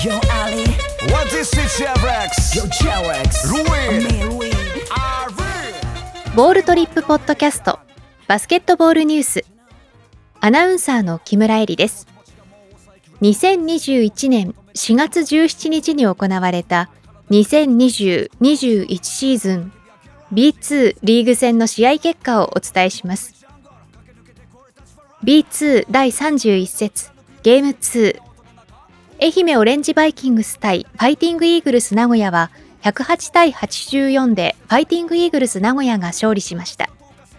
Yo Ali What is it, J-Rex? Yo J-Rex Louis Ari ボールトリップポッドキャストバスケットボールニュース、アナウンサーの木村恵里です。2021年4月17日に行われた2020-21シーズン B2 リーグ戦の試合結果をお伝えします。 B2 第31節ゲーム2、愛媛オレンジバイキングス対ファイティングイーグルス名古屋は108対84でファイティングイーグルス名古屋が勝利しました。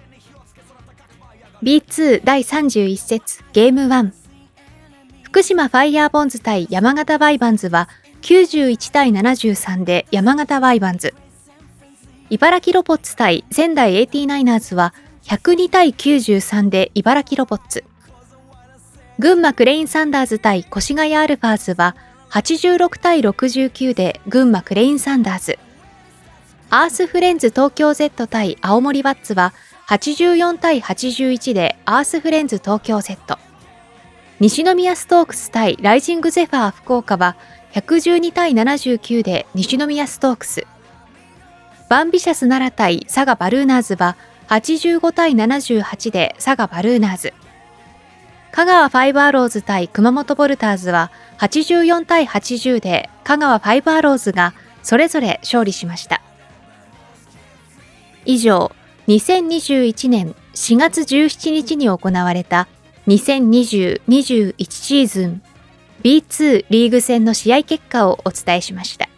B2 第31節ゲーム1、福島ファイヤーボンズ対山形ワイバンズは91対73で山形ワイバンズ、茨城ロボッツ対仙台 89ers は102対93で茨城ロボッツ、群馬クレインサンダーズ対越谷アルファーズは86対69で群馬クレインサンダーズ、アースフレンズ東京 Z 対青森ワッツは84対81でアースフレンズ東京 Z、西宮ストークス対ライジングゼファー福岡は112対79で西宮ストークス、バンビシャス奈良対佐賀バルーナーズは85対78で佐賀バルーナーズ、香川ファイブアローズ対熊本ボルターズは84対80で香川ファイブアローズがそれぞれ勝利しました。以上、2021年4月17日に行われた2020-21シーズン B2 リーグ戦の試合結果をお伝えしました。